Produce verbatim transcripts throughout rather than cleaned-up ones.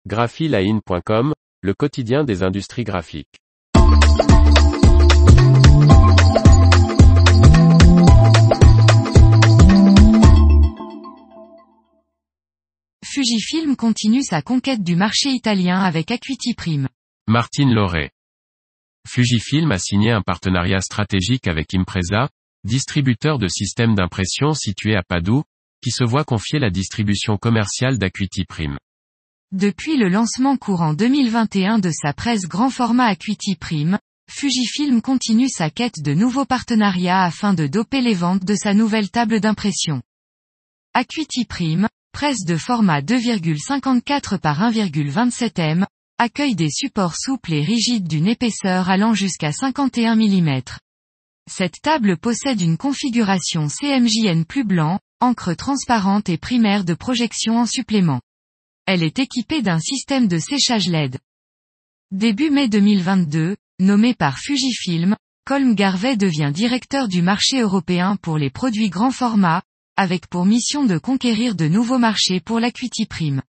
graphiline point com, le quotidien des industries graphiques. Fujifilm continue sa conquête du marché italien avec Acuity Prime. Martine Lauré. Fujifilm a signé un partenariat stratégique avec Impresa, distributeur de systèmes d'impression situé à Padoue, qui se voit confier la distribution commerciale d'Acuity Prime. Depuis le lancement courant deux mille vingt et un de sa presse grand format Acuity Prime, Fujifilm continue sa quête de nouveaux partenariats afin de doper les ventes de sa nouvelle table d'impression. Acuity Prime, presse de format deux virgule cinquante-quatre par un virgule vingt-sept millimètres, accueille des supports souples et rigides d'une épaisseur allant jusqu'à cinquante et un millimètres. Cette table possède une configuration C M J N plus blanc, encre transparente et primaire de projection en supplément. Elle est équipée d'un système de séchage L E D. Début mai deux mille vingt-deux, nommé par Fujifilm, Colm Garvey devient directeur du marché européen pour les produits grand format, avec pour mission de conquérir de nouveaux marchés pour l'Acuity Prime.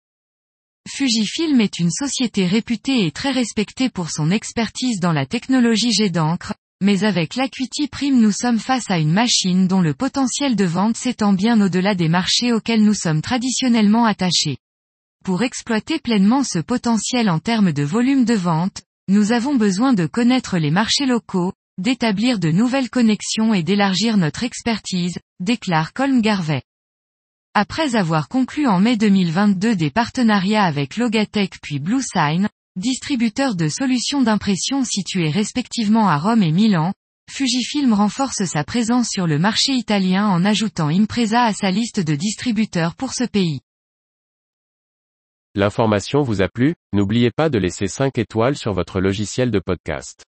Fujifilm est une société réputée et très respectée pour son expertise dans la technologie jet d'encre, mais avec l'Acuity Prime nous sommes face à une machine dont le potentiel de vente s'étend bien au-delà des marchés auxquels nous sommes traditionnellement attachés. Pour exploiter pleinement ce potentiel en termes de volume de vente, nous avons besoin de connaître les marchés locaux, d'établir de nouvelles connexions et d'élargir notre expertise, déclare Colm Garvey. Après avoir conclu en mai deux mille vingt-deux des partenariats avec Logatec puis BlueSign, distributeurs de solutions d'impression situés respectivement à Rome et Milan, Fujifilm renforce sa présence sur le marché italien en ajoutant Impresa à sa liste de distributeurs pour ce pays. L'information vous a plu? N'oubliez pas de laisser cinq étoiles sur votre logiciel de podcast.